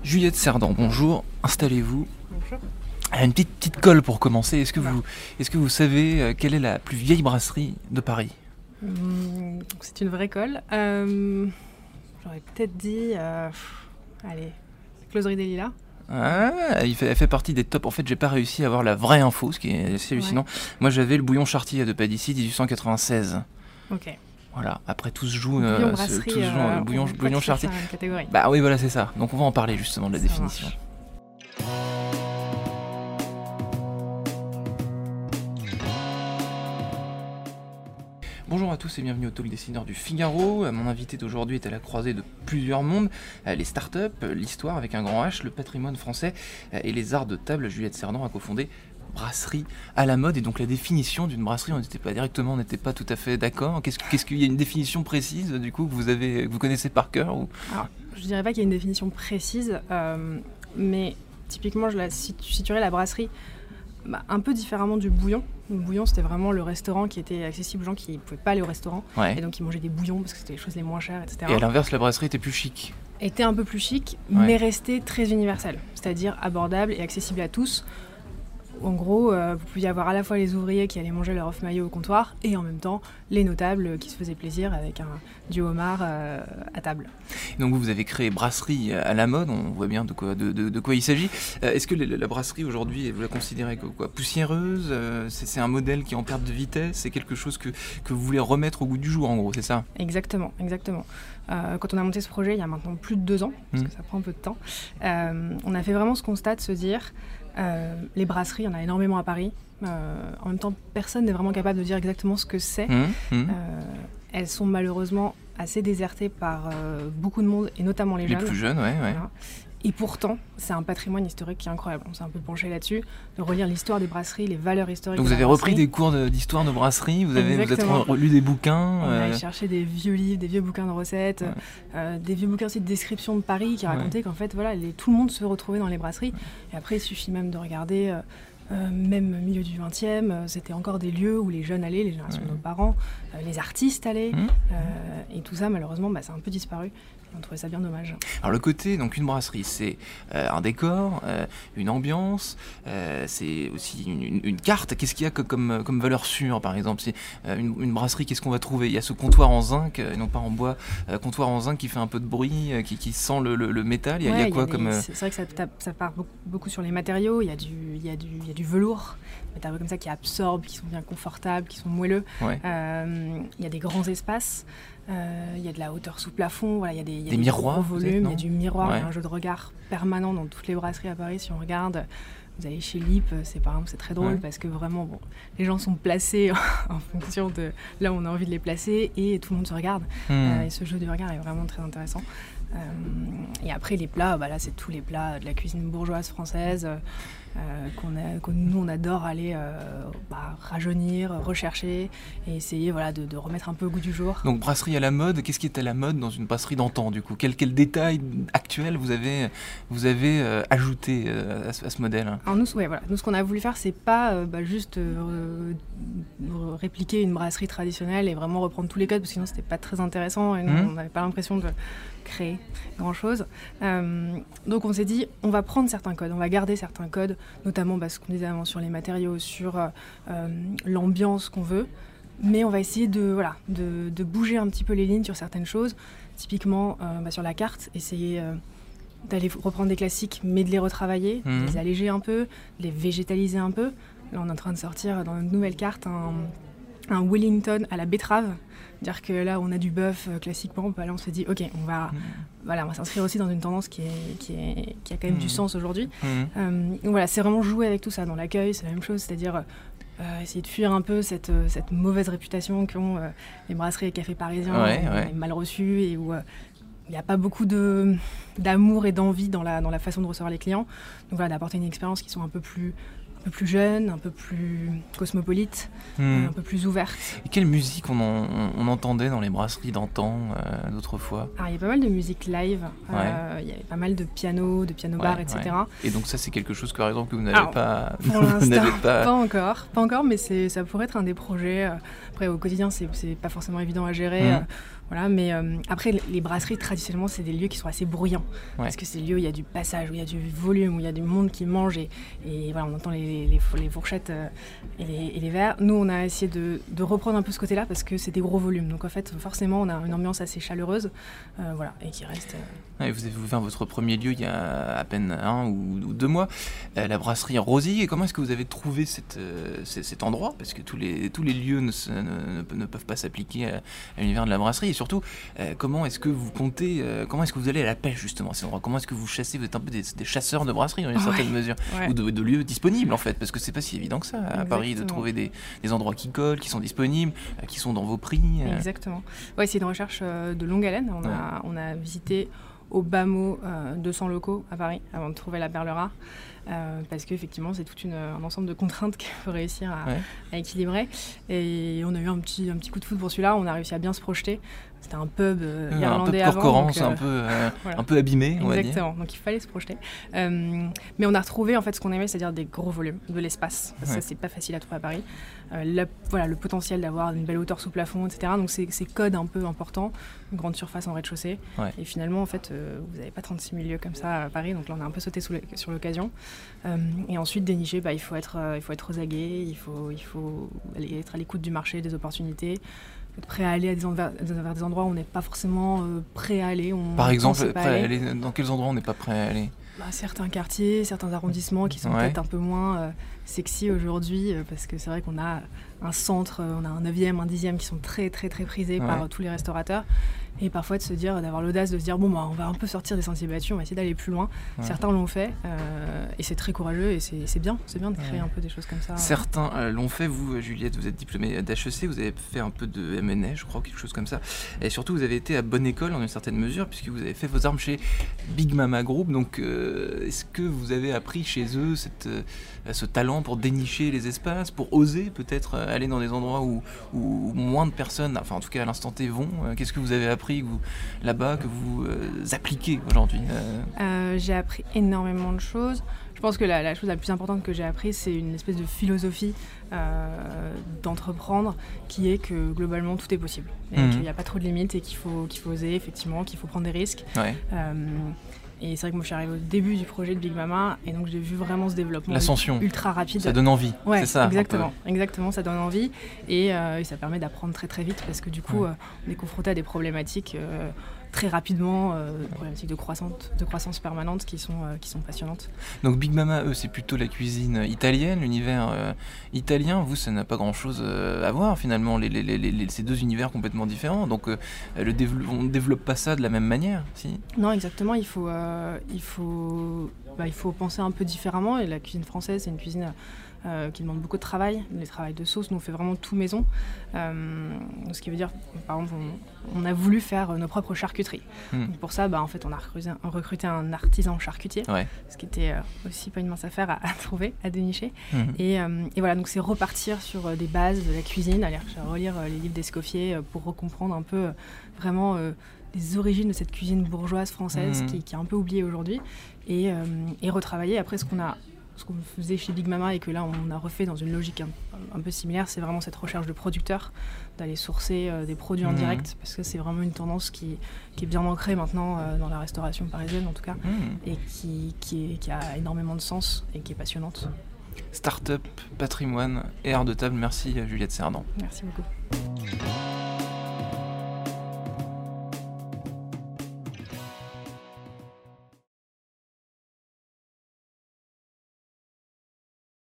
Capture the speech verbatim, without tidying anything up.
Juliette Cerdan, bonjour, installez-vous. Bonjour. Une petite, petite colle pour commencer. Est-ce que, vous, est-ce que vous savez euh, quelle est la plus vieille brasserie de Paris ? Mmh, c'est une vraie colle. Euh, j'aurais peut-être dit... Euh, pff, allez, Closerie des Lilas. Ah, il fait, elle fait partie des tops. En fait, j'ai pas réussi à avoir la vraie info, ce qui est assez hallucinant. Ouais. Moi, j'avais le bouillon Chartier de pas d'ici, dix-huit cent quatre-vingt-seize. Ok. Voilà, après tout se joue, bouillon euh, brasserie, tout se joue euh, le bouillon, bouillon Chartier. Catégorie. Bah oui, voilà, c'est ça. Donc on va en parler justement de la ça définition. Marche. Bonjour à tous et bienvenue au Talk Dessineur du Figaro. Mon invité d'aujourd'hui est à la croisée de plusieurs mondes, les startups, l'histoire avec un grand H, le patrimoine français et les arts de table. Juliette Cerdan a cofondé Brasserie à la mode, et donc la définition d'une brasserie, on n'était pas directement, on n'était pas tout à fait d'accord. Qu'est-ce, qu'est-ce qu'il y a une définition précise du coup que vous avez, que vous connaissez par cœur ou... Alors, je dirais pas qu'il y a une définition précise, euh, mais typiquement je la situerais la brasserie bah, un peu différemment du bouillon. Le bouillon, c'était vraiment le restaurant qui était accessible aux gens qui ne pouvaient pas aller au restaurant, ouais. Et donc ils mangeaient des bouillons parce que c'était les choses les moins chères, et cetera. Et à l'inverse, la brasserie était plus chic. Était un peu plus chic, ouais. Mais restait très universelle, c'est-à-dire abordable et accessible à tous. En gros, euh, vous pouviez avoir à la fois les ouvriers qui allaient manger leur œuf maillot au comptoir et en même temps les notables qui se faisaient plaisir avec un, du homard euh, à table. Donc vous avez créé Brasserie à la mode, on voit bien de quoi, de, de, de quoi il s'agit. Euh, est-ce que la, la brasserie aujourd'hui, vous la considérez quoi, quoi, poussiéreuse, euh, c'est, c'est un modèle qui est en perte de vitesse, c'est quelque chose que, que vous voulez remettre au goût du jour en gros, c'est ça ? Exactement, exactement. Euh, quand on a monté ce projet il y a maintenant plus de deux ans, parce mmh. que ça prend un peu de temps, euh, on a fait vraiment ce constat de se dire... Euh, les brasseries, il y en a énormément à Paris. Euh, en même temps, personne n'est vraiment capable de dire exactement ce que c'est. Mmh, mmh. Euh, elles sont malheureusement assez désertées par euh, beaucoup de monde, et notamment les, les jeunes. Les plus jeunes, ouais, ouais. Voilà. Et pourtant, c'est un patrimoine historique qui est incroyable. On s'est un peu penché là-dessus, de relire l'histoire des brasseries, les valeurs historiques. Donc vous avez repris des cours de, d'histoire de brasserie, vous avez vous êtes relu des bouquins. On euh... a cherché des vieux livres, des vieux bouquins de recettes, ouais. euh, des vieux bouquins aussi de description de Paris qui racontaient ouais. qu'en fait, voilà, les, tout le monde se retrouvait dans les brasseries. Ouais. Et après, il suffit même de regarder, euh, euh, même milieu du vingtième, euh, c'était encore des lieux où les jeunes allaient, les générations ouais. de nos parents, euh, les artistes allaient. Mmh. Euh, et tout ça, malheureusement, bah, c'est un peu disparu. On trouvait ça bien dommage. Alors le côté, donc une brasserie, c'est euh, un décor, euh, une ambiance, euh, c'est aussi une, une, une carte. Qu'est-ce qu'il y a que, comme, comme valeur sûre, par exemple c'est, euh, une, une brasserie, qu'est-ce qu'on va trouver ? Il y a ce comptoir en zinc, euh, non pas en bois, euh, comptoir en zinc qui fait un peu de bruit, euh, qui, qui sent le, le, le métal. Il y a, ouais, il y a quoi y a comme... Des, c'est vrai que ça, ça part beaucoup, beaucoup sur les matériaux. Il y a du, il y a du, il y a du velours, des matériaux comme ça qui absorbent, qui sont bien confortables, qui sont moelleux. Ouais. Euh, il y a des grands espaces. Il euh, y a de la hauteur sous plafond, voilà, il y a des, y a des, des miroirs, gros volumes, il y a du miroir, il ouais. y a un jeu de regard permanent dans toutes les brasseries à Paris. Si on regarde, vous allez chez Lip, c'est par exemple, c'est très drôle ouais. parce que vraiment, bon, les gens sont placés en fonction de là où on a envie de les placer et tout le monde se regarde. Mmh. Euh, et ce jeu de regard est vraiment très intéressant. Euh, et après les plats, bah là c'est tous les plats de la cuisine bourgeoise française euh, qu'on a, que nous on adore aller euh, bah, rajeunir, rechercher et essayer voilà, de, de remettre un peu au goût du jour. Donc brasserie à la mode, qu'est-ce qui est à la mode dans une brasserie d'antan du coup ? Quel, quel détail actuel vous avez, vous avez euh, ajouté euh, à, ce, à ce modèle ? Alors nous, ouais, voilà. nous ce qu'on a voulu faire c'est pas euh, bah, juste euh, répliquer une brasserie traditionnelle et vraiment reprendre tous les codes parce que sinon c'était pas très intéressant et nous, mmh. on n'avait pas l'impression de créer grand chose. Euh, donc on s'est dit, on va prendre certains codes, on va garder certains codes, notamment bah, ce qu'on disait avant sur les matériaux, sur euh, l'ambiance qu'on veut, mais on va essayer de, voilà, de, de bouger un petit peu les lignes sur certaines choses. Typiquement, euh, bah, sur la carte, essayer euh, d'aller reprendre des classiques, mais de les retravailler, mmh. de les alléger un peu, de les végétaliser un peu. Là, on est en train de sortir dans une nouvelle carte un, un Wellington à la betterave. Dire que là on a du bœuf euh, classiquement, bah là on s'est dit ok on va, mmh. voilà, on va s'inscrire aussi dans une tendance qui, est, qui, est, qui a quand même mmh. du sens aujourd'hui. Mmh. Euh, donc voilà, c'est vraiment jouer avec tout ça. Dans l'accueil c'est la même chose, c'est-à-dire euh, essayer de fuir un peu cette, cette mauvaise réputation qu'ont euh, les brasseries et cafés parisiens, ouais, ouais. mal reçus et où il euh, n'y a pas beaucoup de, d'amour et d'envie dans la, dans la façon de recevoir les clients. Donc voilà, d'apporter une expérience qui soit un peu plus un peu plus jeune, un peu plus cosmopolite, mmh. euh, un peu plus ouverte. Et quelle musique on, en, on, on entendait dans les brasseries d'antan, euh, d'autrefois ? Alors, il y a pas mal de musique live, ouais. euh, il y avait pas mal de piano, de piano-bar, ouais, et cetera. Ouais. Et donc ça, c'est quelque chose, par exemple, que vous n'avez Alors, pas... Pour l'instant, n'avez pas... pas encore, pas encore, mais c'est, ça pourrait être un des projets. Après, au quotidien, c'est, c'est pas forcément évident à gérer. Mmh. Voilà, mais euh, après, les brasseries, traditionnellement, c'est des lieux qui sont assez bruyants. Ouais. Parce que c'est des lieux où il y a du passage, où il y a du volume, où il y a du monde qui mange et, et voilà, on entend les, les, les fourchettes euh, et, les, et les verres. Nous, on a essayé de, de reprendre un peu ce côté-là parce que c'est des gros volumes. Donc en fait, forcément, on a une ambiance assez chaleureuse euh, voilà, et qui reste... Euh... Ouais, vous avez ouvert votre premier lieu il y a à peine un ou, ou deux mois, euh, la brasserie Rosy. Et comment est-ce que vous avez trouvé cette, euh, cet endroit ? Parce que tous les, tous les lieux ne, ne, ne, ne peuvent pas s'appliquer à, à l'univers de la brasserie. Et surtout, euh, comment est-ce que vous comptez, euh, comment est-ce que vous allez à la pêche justement à cet endroit ? Comment est-ce que vous chassez ? Vous êtes un peu des, des chasseurs de brasserie dans une ouais, certaine mesure, ouais. ou de, de lieux disponibles en fait, parce que c'est pas si évident que ça à Exactement. Paris de trouver des, des endroits qui collent, qui sont disponibles, euh, qui sont dans vos prix. Euh. Exactement. Ouais, c'est une recherche euh, de longue haleine. On, ouais. a, on a visité au bas mot euh, deux cents locaux à Paris avant de trouver la perle rare. Euh, parce qu'effectivement, c'est tout une, un ensemble de contraintes qu'il faut réussir à, ouais. à équilibrer. Et on a eu un petit, un petit coup de foudre pour celui-là. On a réussi à bien se projeter. C'était un pub euh, mmh, irlandais avant. Un peu Corcorance, euh, un, peu, euh, voilà. un peu abîmé, on va dire. Exactement, donc il fallait se projeter. Euh, mais on a retrouvé en fait ce qu'on aimait, c'est-à-dire des gros volumes, de l'espace. Parce que ouais. ça, c'est pas facile à trouver à Paris. Euh, la, voilà, le potentiel d'avoir une belle hauteur sous plafond, et cetera. Donc c'est, c'est code un peu important, une grande surface en rez-de-chaussée. Ouais. Et finalement, en fait, euh, vous n'avez pas trente-six mille lieux comme ça à Paris. Donc là, on a un peu sauté sous le, sur l'occasion. Euh, et ensuite, dénicher, bah, il faut être, euh, il faut être aux aguets, il faut, il faut aller, être à l'écoute du marché, des opportunités. Être prêt à aller à des envers, vers des endroits où on n'est pas forcément euh, prêt à aller. On Par exemple, prêt à aller. Dans quels endroits on n'est pas prêt à aller ? Bah, certains quartiers, certains arrondissements qui sont ouais. peut-être un peu moins euh, sexy aujourd'hui, euh, parce que c'est vrai qu'on a un centre, euh, on a un neuvième, un dixième qui sont très très très prisés ouais. par euh, tous les restaurateurs. Et parfois de se dire, d'avoir l'audace de se dire, bon, bah, on va un peu sortir des sentiers battus, on va essayer d'aller plus loin. Ouais. Certains l'ont fait, euh, et c'est très courageux, et c'est, c'est bien, c'est bien de créer ouais. un peu des choses comme ça. Certains euh, l'ont fait, vous, Juliette, vous êtes diplômée d'H E C, vous avez fait un peu de M and A, je crois, quelque chose comme ça. Et surtout, vous avez été à bonne école, en une certaine mesure, puisque vous avez fait vos armes chez Big Mama Group. Donc, euh, est-ce que vous avez appris chez eux cette, euh, ce talent pour dénicher les espaces, pour oser peut-être aller dans des endroits où, où moins de personnes, enfin en tout cas à l'instant T, vont ? Qu'est-ce que vous avez appris que vous, là-bas, que vous euh, appliquez aujourd'hui ? euh... Euh, J'ai appris énormément de choses. Je pense que la, la chose la plus importante que j'ai apprise, c'est une espèce de philosophie euh, d'entreprendre qui est que globalement tout est possible. Et mmh. qu'il n'y a pas trop de limites et qu'il faut, qu'il faut oser, effectivement, qu'il faut prendre des risques. Ouais. Euh, Et c'est vrai que moi je suis arrivée au début du projet de Big Mama et donc j'ai vu vraiment ce développement L'ascension. ultra rapide. Ça donne envie, ouais, c'est ça. Exactement, exactement, ça donne envie et, euh, et ça permet d'apprendre très très vite parce que du coup ouais. euh, on est confronté à des problématiques euh, très rapidement, euh, des problématiques de croissance, de croissance permanente qui sont, euh, qui sont passionnantes. Donc Big Mama, eux, c'est plutôt la cuisine italienne, l'univers euh, italien. Vous, ça n'a pas grand-chose euh, à voir finalement, les, les, les, les, ces deux univers complètement différents. Donc euh, le dévelop- on ne développe pas ça de la même manière, si ? Non, exactement, il faut... Euh, il faut, bah, il faut penser un peu différemment et la cuisine française c'est une cuisine euh, qui demande beaucoup de travail, le travail de sauce, nous on fait vraiment tout maison, euh, ce qui veut dire par exemple on, on a voulu faire nos propres charcuteries. Mmh. Donc pour ça bah, en fait on a recruté, on recruté un artisan charcutier, ouais. ce qui était euh, aussi pas une mince affaire à, à trouver, à dénicher mmh. et, euh, et voilà donc c'est repartir sur des bases de la cuisine, aller relire les livres d'Escoffier pour recomprendre un peu vraiment euh, les origines de cette cuisine bourgeoise française mmh. qui, qui est un peu oubliée aujourd'hui et, euh, et retravailler après ce qu'on a ce qu'on faisait chez Big Mama et que là on a refait dans une logique un, un peu similaire, c'est vraiment cette recherche de producteurs, d'aller sourcer euh, des produits mmh. en direct parce que c'est vraiment une tendance qui, qui est bien ancrée maintenant euh, dans la restauration parisienne en tout cas mmh. et qui, qui, est, qui a énormément de sens et qui est passionnante. Start-up, patrimoine et art de table, merci Juliette Cerdan. Merci beaucoup.